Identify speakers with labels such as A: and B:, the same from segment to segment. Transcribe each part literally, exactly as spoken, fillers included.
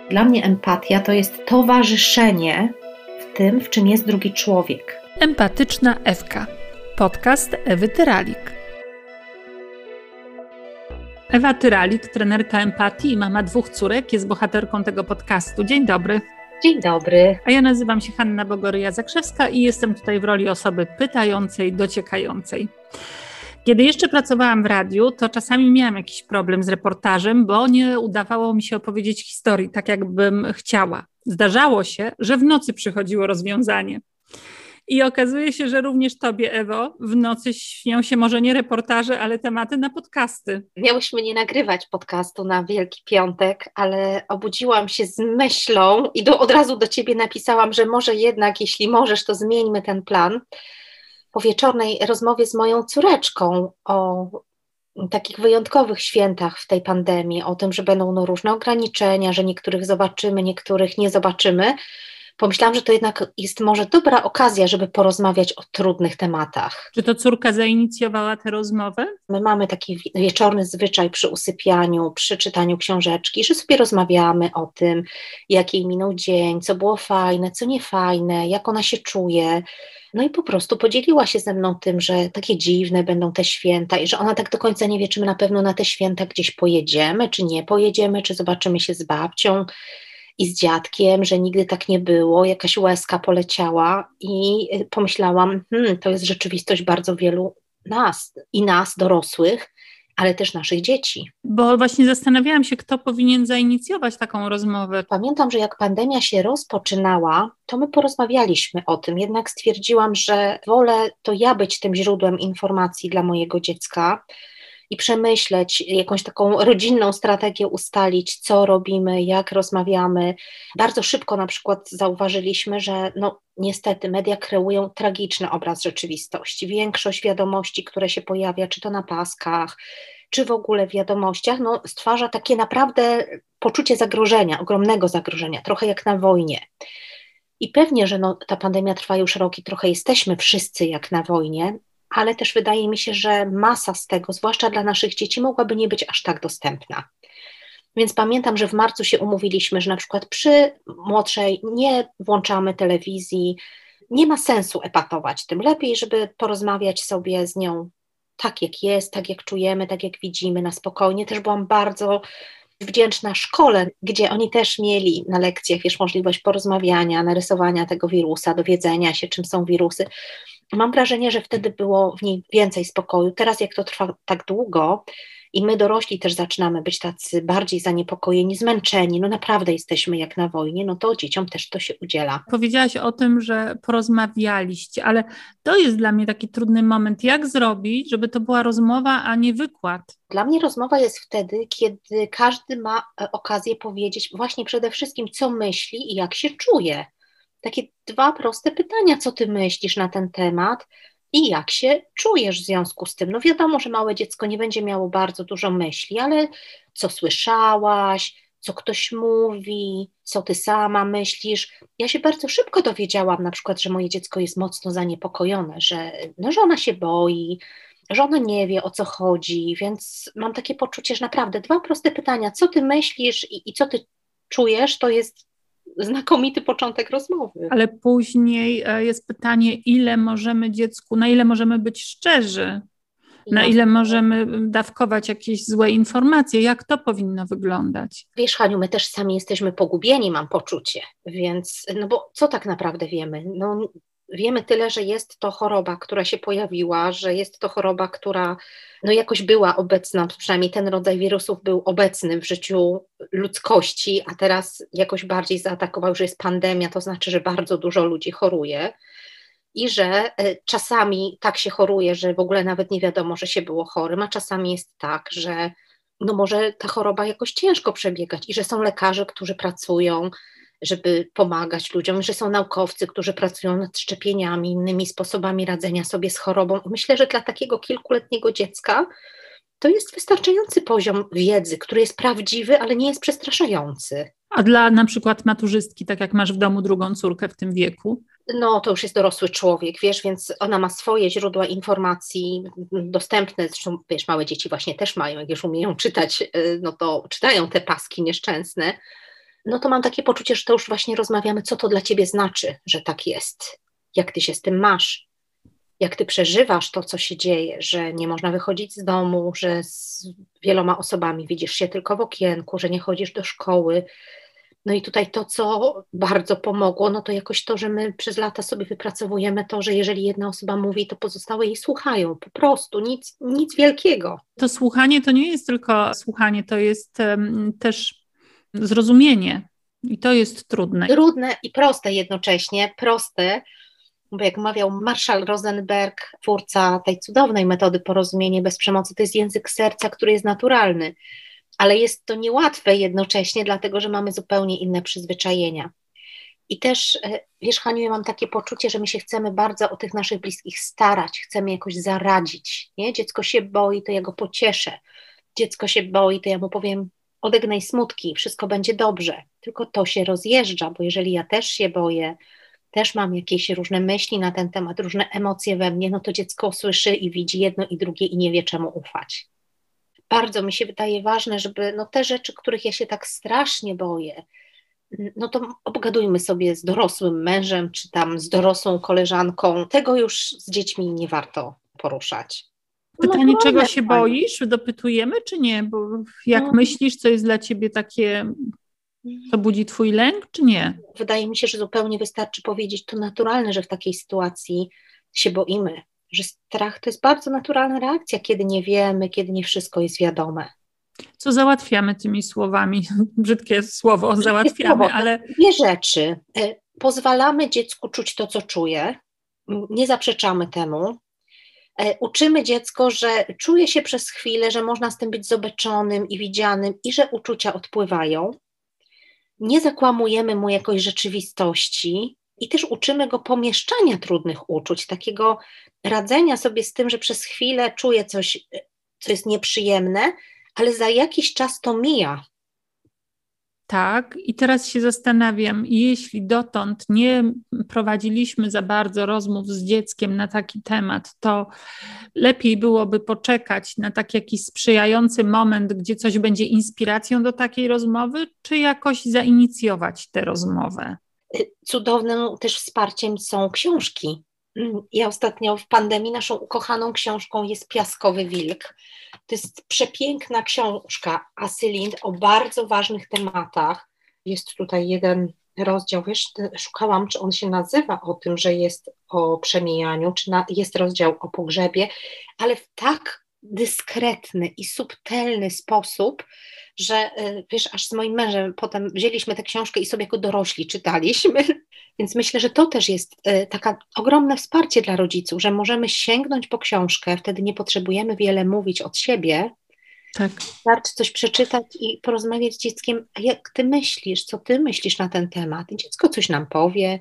A: Dla mnie empatia to jest towarzyszenie w tym, w czym jest drugi człowiek.
B: Empatyczna Ewka. Podcast Ewy Tyralik. Ewa Tyralik, trenerka empatii i mama dwóch córek, jest bohaterką tego podcastu. Dzień dobry.
A: Dzień dobry.
B: A ja nazywam się Hanna Bogoryja-Zakrzewska i jestem tutaj w roli osoby pytającej, dociekającej. Kiedy jeszcze pracowałam w radiu, to czasami miałam jakiś problem z reportażem, bo nie udawało mi się opowiedzieć historii tak, jakbym chciała. Zdarzało się, że w nocy przychodziło rozwiązanie. I okazuje się, że również tobie, Ewo, w nocy śnią się może nie reportaże, ale tematy na podcasty.
A: Miałyśmy nie nagrywać podcastu na Wielki Piątek, ale obudziłam się z myślą i do, od razu do ciebie napisałam, że może jednak, jeśli możesz, to zmieńmy ten plan. Po wieczornej rozmowie z moją córeczką o takich wyjątkowych świętach w tej pandemii, o tym, że będą no, różne ograniczenia, że niektórych zobaczymy, niektórych nie zobaczymy, pomyślałam, że to jednak jest może dobra okazja, żeby porozmawiać o trudnych tematach.
B: Czy to córka zainicjowała tę rozmowę?
A: My mamy taki wieczorny zwyczaj przy usypianiu, przy czytaniu książeczki, że sobie rozmawiamy o tym, jaki jej minął dzień, co było fajne, co niefajne, jak ona się czuje. No i po prostu podzieliła się ze mną tym, że takie dziwne będą te święta i że ona tak do końca nie wie, czy my na pewno na te święta gdzieś pojedziemy, czy nie pojedziemy, czy zobaczymy się z babcią i z dziadkiem, że nigdy tak nie było, jakaś łezka poleciała i pomyślałam, hmm, to jest rzeczywistość bardzo wielu nas i nas, dorosłych, ale też naszych dzieci.
B: Bo właśnie zastanawiałam się, kto powinien zainicjować taką rozmowę.
A: Pamiętam, że jak pandemia się rozpoczynała, to my porozmawialiśmy o tym, jednak stwierdziłam, że wolę to ja być tym źródłem informacji dla mojego dziecka i przemyśleć, jakąś taką rodzinną strategię ustalić, co robimy, jak rozmawiamy. Bardzo szybko na przykład zauważyliśmy, że no niestety media kreują tragiczny obraz rzeczywistości. Większość wiadomości, które się pojawia, czy to na paskach, czy w ogóle w wiadomościach, no stwarza takie naprawdę poczucie zagrożenia, ogromnego zagrożenia, trochę jak na wojnie. I pewnie, że no, ta pandemia trwa już rok i trochę jesteśmy wszyscy jak na wojnie, ale też wydaje mi się, że masa z tego, zwłaszcza dla naszych dzieci, mogłaby nie być aż tak dostępna. Więc pamiętam, że w marcu się umówiliśmy, że na przykład przy młodszej nie włączamy telewizji, nie ma sensu epatować tym, lepiej, żeby porozmawiać sobie z nią tak jak jest, tak jak czujemy, tak jak widzimy, na spokojnie. Też byłam bardzo wdzięczna szkole, gdzie oni też mieli na lekcjach, wiesz, możliwość porozmawiania, narysowania tego wirusa, dowiedzenia się, czym są wirusy. Mam wrażenie, że wtedy było w niej więcej spokoju. Teraz jak to trwa tak długo i my dorośli też zaczynamy być tacy bardziej zaniepokojeni, zmęczeni, no naprawdę jesteśmy jak na wojnie, no to dzieciom też to się udziela.
B: Powiedziałaś o tym, że porozmawialiście, ale to jest dla mnie taki trudny moment. Jak zrobić, żeby to była rozmowa, a nie wykład?
A: Dla mnie rozmowa jest wtedy, kiedy każdy ma okazję powiedzieć właśnie przede wszystkim, co myśli i jak się czuje. Takie dwa proste pytania, co ty myślisz na ten temat i jak się czujesz w związku z tym. No wiadomo, że małe dziecko nie będzie miało bardzo dużo myśli, ale co słyszałaś, co ktoś mówi, co ty sama myślisz. Ja się bardzo szybko dowiedziałam na przykład, że moje dziecko jest mocno zaniepokojone, że, no, że ona się boi, że ona nie wie, o co chodzi, więc mam takie poczucie, że naprawdę dwa proste pytania, co ty myślisz i, i co ty czujesz, to jest znakomity początek rozmowy.
B: Ale później jest pytanie, ile możemy dziecku, na ile możemy być szczerzy, na ile możemy dawkować jakieś złe informacje, jak to powinno wyglądać?
A: Wiesz, Haniu, my też sami jesteśmy pogubieni, mam poczucie, więc, no bo co tak naprawdę wiemy? No wiemy tyle, że jest to choroba, która się pojawiła, że jest to choroba, która no jakoś była obecna, przynajmniej ten rodzaj wirusów był obecny w życiu ludzkości, a teraz jakoś bardziej zaatakował, że jest pandemia, to znaczy, że bardzo dużo ludzi choruje i że czasami tak się choruje, że w ogóle nawet nie wiadomo, że się było chorym, a czasami jest tak, że no może ta choroba jakoś ciężko przebiegać i że są lekarze, którzy pracują, żeby pomagać ludziom, że są naukowcy, którzy pracują nad szczepieniami, innymi sposobami radzenia sobie z chorobą. Myślę, że dla takiego kilkuletniego dziecka to jest wystarczający poziom wiedzy, który jest prawdziwy, ale nie jest przestraszający.
B: A dla na przykład maturzystki, tak jak masz w domu drugą córkę w tym wieku?
A: No to już jest dorosły człowiek, wiesz, więc ona ma swoje źródła informacji dostępne, zresztą wiesz, małe dzieci właśnie też mają, jak już umieją czytać, no to czytają te paski nieszczęsne, no to mam takie poczucie, że to już właśnie rozmawiamy, co to dla ciebie znaczy, że tak jest, jak ty się z tym masz, jak ty przeżywasz to, co się dzieje, że nie można wychodzić z domu, że z wieloma osobami widzisz się tylko w okienku, że nie chodzisz do szkoły. No i tutaj to, co bardzo pomogło, no to jakoś to, że my przez lata sobie wypracowujemy to, że jeżeli jedna osoba mówi, to pozostałe jej słuchają, po prostu, nic, nic wielkiego.
B: To słuchanie to nie jest tylko słuchanie, to jest um, też zrozumienie i to jest trudne.
A: Trudne i proste jednocześnie, proste, bo jak mawiał Marshall Rosenberg, twórca tej cudownej metody porozumienie bez przemocy, to jest język serca, który jest naturalny, ale jest to niełatwe jednocześnie, dlatego że mamy zupełnie inne przyzwyczajenia. I też, wiesz, Haniu, ja mam takie poczucie, że my się chcemy bardzo o tych naszych bliskich starać, chcemy jakoś zaradzić, nie? Dziecko się boi, to ja go pocieszę. Dziecko się boi, to ja mu powiem, odegnaj smutki, wszystko będzie dobrze. Tylko to się rozjeżdża, bo jeżeli ja też się boję, też mam jakieś różne myśli na ten temat, różne emocje we mnie, no to dziecko słyszy i widzi jedno i drugie i nie wie, czemu ufać. Bardzo mi się wydaje ważne, żeby no te rzeczy, których ja się tak strasznie boję, no to obgadujmy sobie z dorosłym mężem, czy tam z dorosłą koleżanką. Tego już z dziećmi nie warto poruszać.
B: Pytanie, no, czego się boisz? Dopytujemy, czy nie? Bo jak no. myślisz, co jest dla ciebie takie, co budzi twój lęk, czy nie?
A: Wydaje mi się, że zupełnie wystarczy powiedzieć, to naturalne, że w takiej sytuacji się boimy, że strach to jest bardzo naturalna reakcja, kiedy nie wiemy, kiedy nie wszystko jest wiadome.
B: Co załatwiamy tymi słowami? Brzydkie słowo, Brzydkie załatwiamy,
A: słowo.
B: ale...
A: Dwie rzeczy. Pozwalamy dziecku czuć to, co czuje, nie zaprzeczamy temu. Uczymy dziecko, że czuje się przez chwilę, że można z tym być zobaczonym i widzianym i że uczucia odpływają. Nie zakłamujemy mu jakoś rzeczywistości i też uczymy go pomieszczania trudnych uczuć, takiego radzenia sobie z tym, że przez chwilę czuje coś, co jest nieprzyjemne, ale za jakiś czas to mija.
B: Tak, i teraz się zastanawiam, jeśli dotąd nie prowadziliśmy za bardzo rozmów z dzieckiem na taki temat, to lepiej byłoby poczekać na taki jakiś sprzyjający moment, gdzie coś będzie inspiracją do takiej rozmowy, czy jakoś zainicjować tę rozmowę?
A: Cudownym też wsparciem są książki. Ja ostatnio w pandemii naszą ukochaną książką jest Piaskowy Wilk. To jest przepiękna książka Asy Lind o bardzo ważnych tematach. Jest tutaj jeden rozdział, wiesz, szukałam, czy on się nazywa o tym, że jest o przemijaniu, czy na, jest rozdział o pogrzebie, ale w tak dyskretny i subtelny sposób, że wiesz, aż z moim mężem potem wzięliśmy tę książkę i sobie jako dorośli czytaliśmy. Więc myślę, że to też jest taka ogromne wsparcie dla rodziców, że możemy sięgnąć po książkę, wtedy nie potrzebujemy wiele mówić od siebie.
B: Tak.
A: Wystarczy coś przeczytać i porozmawiać z dzieckiem, a jak ty myślisz, co ty myślisz na ten temat? I dziecko coś nam powie.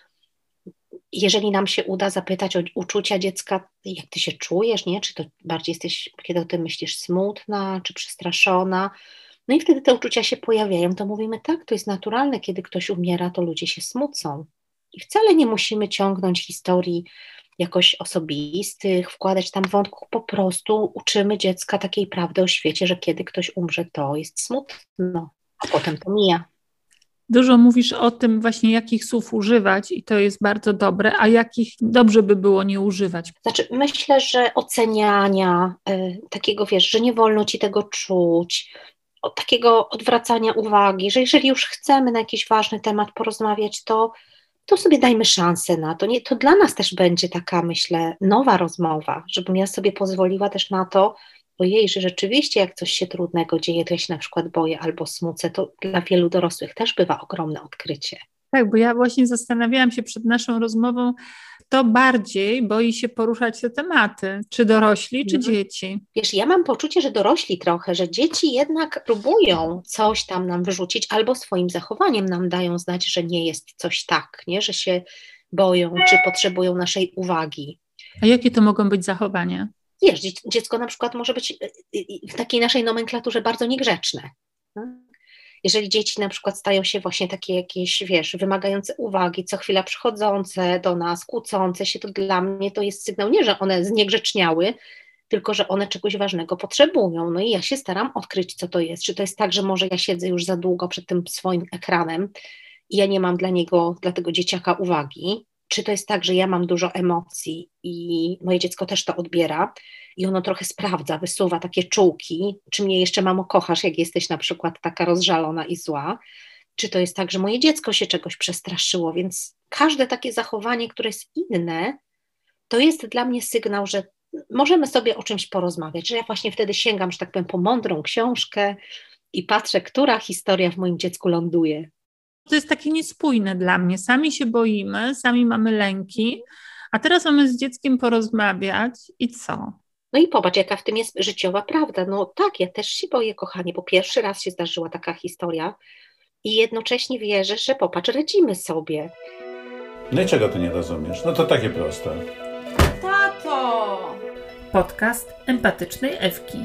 A: Jeżeli nam się uda zapytać o uczucia dziecka, jak ty się czujesz, nie? Czy to bardziej jesteś, kiedy o tym myślisz, smutna, czy przestraszona? No i wtedy te uczucia się pojawiają, to mówimy tak, to jest naturalne, kiedy ktoś umiera, to ludzie się smucą. I wcale nie musimy ciągnąć historii jakoś osobistych, wkładać tam wątków, po prostu uczymy dziecka takiej prawdy o świecie, że kiedy ktoś umrze, to jest smutno, a potem to mija.
B: Dużo mówisz o tym właśnie, jakich słów używać i to jest bardzo dobre, a jakich dobrze by było nie używać.
A: Znaczy, myślę, że oceniania, y, takiego wiesz, że nie wolno ci tego czuć, od takiego odwracania uwagi, że jeżeli już chcemy na jakiś ważny temat porozmawiać, to, to sobie dajmy szansę na to. Nie, to dla nas też będzie taka, myślę, nowa rozmowa, żebym ja sobie pozwoliła też na to, ojej, że rzeczywiście jak coś się trudnego dzieje, to ja się na przykład boję albo smucę, to dla wielu dorosłych też bywa ogromne odkrycie.
B: Tak, bo ja właśnie zastanawiałam się przed naszą rozmową, kto bardziej boi się poruszać te tematy, czy dorośli, czy mhm. dzieci?
A: Wiesz, ja mam poczucie, że dorośli trochę, że dzieci jednak próbują coś tam nam wyrzucić albo swoim zachowaniem nam dają znać, że nie jest coś tak, nie? Że się boją, czy potrzebują naszej uwagi.
B: A jakie to mogą być zachowania?
A: Wiesz, dziecko na przykład może być w takiej naszej nomenklaturze bardzo niegrzeczne. Jeżeli dzieci na przykład stają się właśnie takie jakieś, wiesz, wymagające uwagi, co chwila przychodzące do nas, kłócące się, to dla mnie to jest sygnał nie, że one zniegrzeczniały, tylko że one czegoś ważnego potrzebują. No i ja się staram odkryć, co to jest. Czy to jest tak, że może ja siedzę już za długo przed tym swoim ekranem i ja nie mam dla niego, dla tego dzieciaka uwagi, czy to jest tak, że ja mam dużo emocji i moje dziecko też to odbiera i ono trochę sprawdza, wysuwa takie czułki, czy mnie jeszcze, mamo, kochasz, jak jesteś na przykład taka rozżalona i zła, czy to jest tak, że moje dziecko się czegoś przestraszyło, więc każde takie zachowanie, które jest inne, to jest dla mnie sygnał, że możemy sobie o czymś porozmawiać, że ja właśnie wtedy sięgam, że tak powiem, po mądrą książkę i patrzę, która historia w moim dziecku ląduje.
B: To jest takie niespójne dla mnie. Sami się boimy, sami mamy lęki, a teraz mamy z dzieckiem porozmawiać i co?
A: No i popatrz, jaka w tym jest życiowa prawda. No tak, ja też się boję, kochanie, bo pierwszy raz się zdarzyła taka historia i jednocześnie wierzę, że popatrz, radzimy sobie.
C: No i czego ty nie rozumiesz? No to takie proste.
B: Tato! Podcast empatycznej Ewki.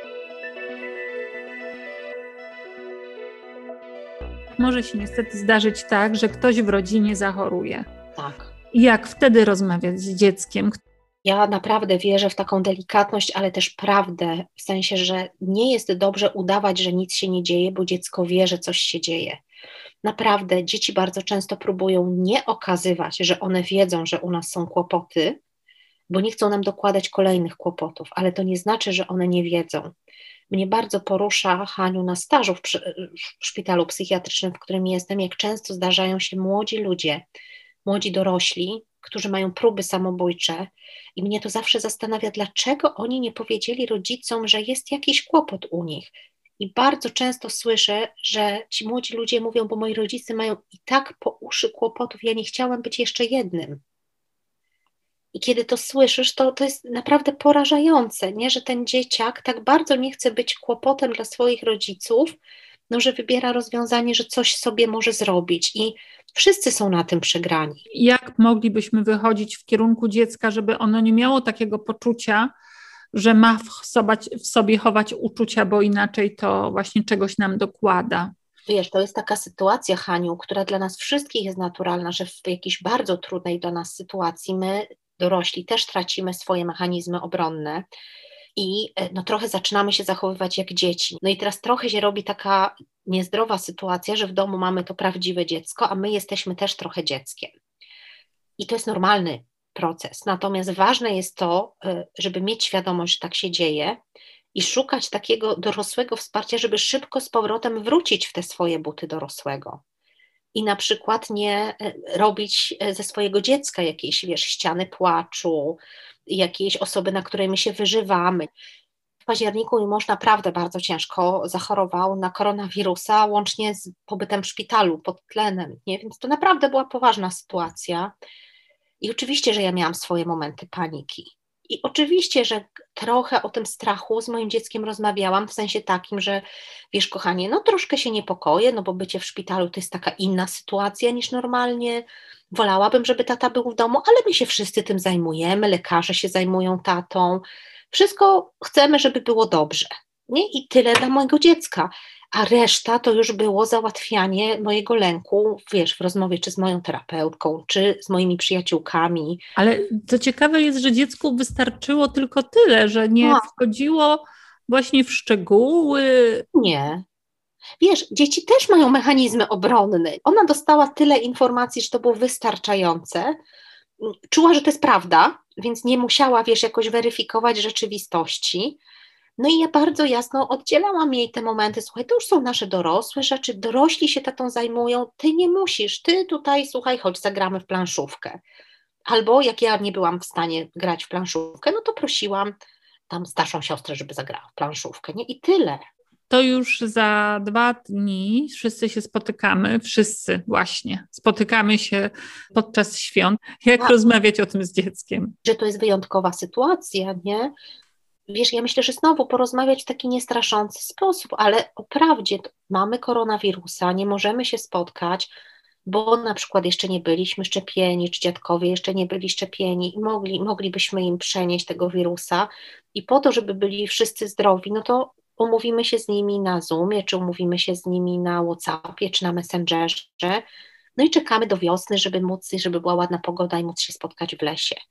B: Może się niestety zdarzyć tak, że ktoś w rodzinie zachoruje.
A: Tak.
B: I jak wtedy rozmawiać z dzieckiem?
A: Ja naprawdę wierzę w taką delikatność, ale też prawdę, w sensie, że nie jest dobrze udawać, że nic się nie dzieje, bo dziecko wie, że coś się dzieje. Naprawdę dzieci bardzo często próbują nie okazywać, że one wiedzą, że u nas są kłopoty, bo nie chcą nam dokładać kolejnych kłopotów, ale to nie znaczy, że one nie wiedzą. Mnie bardzo porusza, Haniu, na stażu w, w szpitalu psychiatrycznym, w którym jestem, jak często zdarzają się młodzi ludzie, młodzi dorośli, którzy mają próby samobójcze i mnie to zawsze zastanawia, dlaczego oni nie powiedzieli rodzicom, że jest jakiś kłopot u nich. I bardzo często słyszę, że ci młodzi ludzie mówią, bo moi rodzice mają i tak po uszy kłopotów, ja nie chciałam być jeszcze jednym. I kiedy to słyszysz, to, to jest naprawdę porażające, nie? Że ten dzieciak tak bardzo nie chce być kłopotem dla swoich rodziców, no, że wybiera rozwiązanie, że coś sobie może zrobić i wszyscy są na tym przegrani.
B: Jak moglibyśmy wychodzić w kierunku dziecka, żeby ono nie miało takiego poczucia, że ma w sobie, w sobie chować uczucia, bo inaczej to właśnie czegoś nam dokłada?
A: Wiesz, to jest taka sytuacja, Haniu, która dla nas wszystkich jest naturalna, że w jakiejś bardzo trudnej dla nas sytuacji my, dorośli, też tracimy swoje mechanizmy obronne i no, trochę zaczynamy się zachowywać jak dzieci. No i teraz trochę się robi taka niezdrowa sytuacja, że w domu mamy to prawdziwe dziecko, a my jesteśmy też trochę dzieckiem. I to jest normalny proces. Natomiast ważne jest to, żeby mieć świadomość, że tak się dzieje i szukać takiego dorosłego wsparcia, żeby szybko z powrotem wrócić w te swoje buty dorosłego. I na przykład nie robić ze swojego dziecka jakiejś, wiesz, ściany płaczu, jakiejś osoby, na której my się wyżywamy. W październiku mój mąż naprawdę bardzo ciężko zachorował na koronawirusa, łącznie z pobytem w szpitalu pod tlenem, nie? Więc to naprawdę była poważna sytuacja. I oczywiście, że ja miałam swoje momenty paniki. I oczywiście, że trochę o tym strachu z moim dzieckiem rozmawiałam, w sensie takim, że wiesz, kochanie, no troszkę się niepokoję, no bo bycie w szpitalu to jest taka inna sytuacja niż normalnie. Wolałabym, żeby tata był w domu, ale my się wszyscy tym zajmujemy, lekarze się zajmują tatą. Wszystko chcemy, żeby było dobrze. Nie? I tyle dla mojego dziecka. A reszta to już było załatwianie mojego lęku, wiesz, w rozmowie czy z moją terapeutką, czy z moimi przyjaciółkami.
B: Ale co ciekawe jest, że dziecku wystarczyło tylko tyle, że nie
A: No.
B: wchodziło właśnie w szczegóły.
A: Nie. Wiesz, dzieci też mają mechanizmy obronne. Ona dostała tyle informacji, że to było wystarczające. Czuła, że to jest prawda, więc nie musiała, wiesz, jakoś weryfikować rzeczywistości. No i ja bardzo jasno oddzielałam jej te momenty, słuchaj, to już są nasze dorosłe rzeczy, dorośli się tatą zajmują, ty nie musisz, ty tutaj, słuchaj, chodź, zagramy w planszówkę. Albo jak ja nie byłam w stanie grać w planszówkę, no to prosiłam tam starszą siostrę, żeby zagrała w planszówkę, nie? I tyle.
B: To już za dwa dni wszyscy się spotykamy, wszyscy właśnie, spotykamy się podczas świąt. Jak
A: Tak.
B: rozmawiać o tym z dzieckiem?
A: Że to jest wyjątkowa sytuacja, nie? Wiesz, ja myślę, że znowu porozmawiać w taki niestraszący sposób, ale o prawdzie, mamy koronawirusa, nie możemy się spotkać, bo na przykład jeszcze nie byliśmy szczepieni, czy dziadkowie jeszcze nie byli szczepieni i mogli, moglibyśmy im przenieść tego wirusa i po to, żeby byli wszyscy zdrowi, no to umówimy się z nimi na Zoomie, czy umówimy się z nimi na WhatsAppie, czy na Messengerze, no i czekamy do wiosny, żeby móc, żeby była ładna pogoda i móc się spotkać w lesie.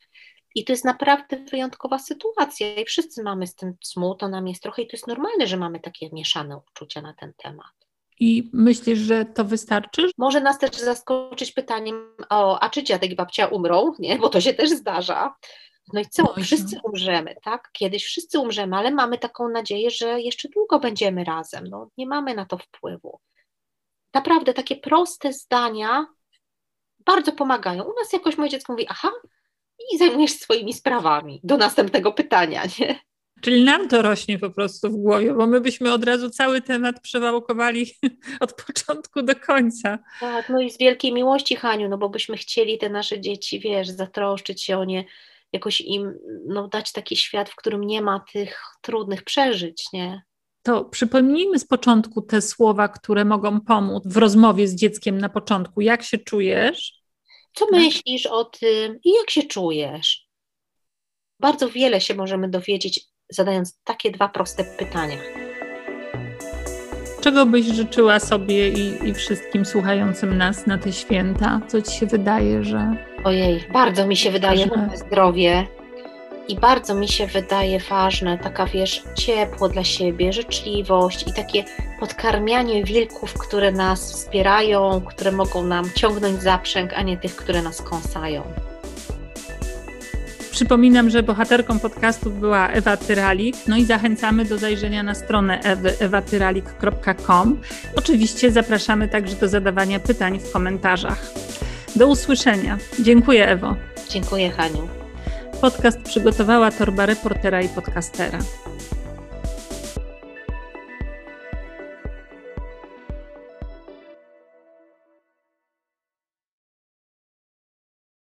A: I to jest naprawdę wyjątkowa sytuacja i wszyscy mamy z tym smutno, nam jest trochę i to jest normalne, że mamy takie mieszane uczucia na ten temat.
B: I myślisz, że to wystarczy?
A: Może nas też zaskoczyć pytaniem, o, a czy dziadek i babcia umrą? Nie, bo to się też zdarza. No i co?
B: No i
A: wszyscy
B: co?
A: umrzemy, tak? Kiedyś wszyscy umrzemy, ale mamy taką nadzieję, że jeszcze długo będziemy razem. No, nie mamy na to wpływu. Naprawdę takie proste zdania bardzo pomagają. U nas jakoś moje dziecko mówi, aha, i zajmujesz się swoimi sprawami do następnego pytania, nie?
B: Czyli nam to rośnie po prostu w głowie, bo my byśmy od razu cały temat przewałkowali od początku do końca.
A: Tak, no i z wielkiej miłości, Haniu, no bo byśmy chcieli te nasze dzieci, wiesz, zatroszczyć się o nie, jakoś im no, dać taki świat, w którym nie ma tych trudnych przeżyć, nie?
B: To przypomnijmy z początku te słowa, które mogą pomóc w rozmowie z dzieckiem na początku. Jak się czujesz?
A: Co myślisz o tym i jak się czujesz? Bardzo wiele się możemy dowiedzieć, zadając takie dwa proste pytania.
B: Czego byś życzyła sobie i, i wszystkim słuchającym nas na te święta? Co ci się wydaje, że...
A: Ojej, bardzo mi się wydaje
B: Ważne.
A: ważne zdrowie i bardzo mi się wydaje ważne, taka wiesz, ciepło dla siebie, życzliwość i takie podkarmianie wilków, które nas wspierają, które mogą nam ciągnąć zaprzęg, a nie tych, które nas kąsają.
B: Przypominam, że bohaterką podcastu była Ewa Tyralik, no i zachęcamy do zajrzenia na stronę ewy ewa tyralik kropka com. Oczywiście zapraszamy także do zadawania pytań w komentarzach. Do usłyszenia. Dziękuję, Ewo.
A: Dziękuję, Haniu.
B: Podcast przygotowała Torba Reportera i Podcastera.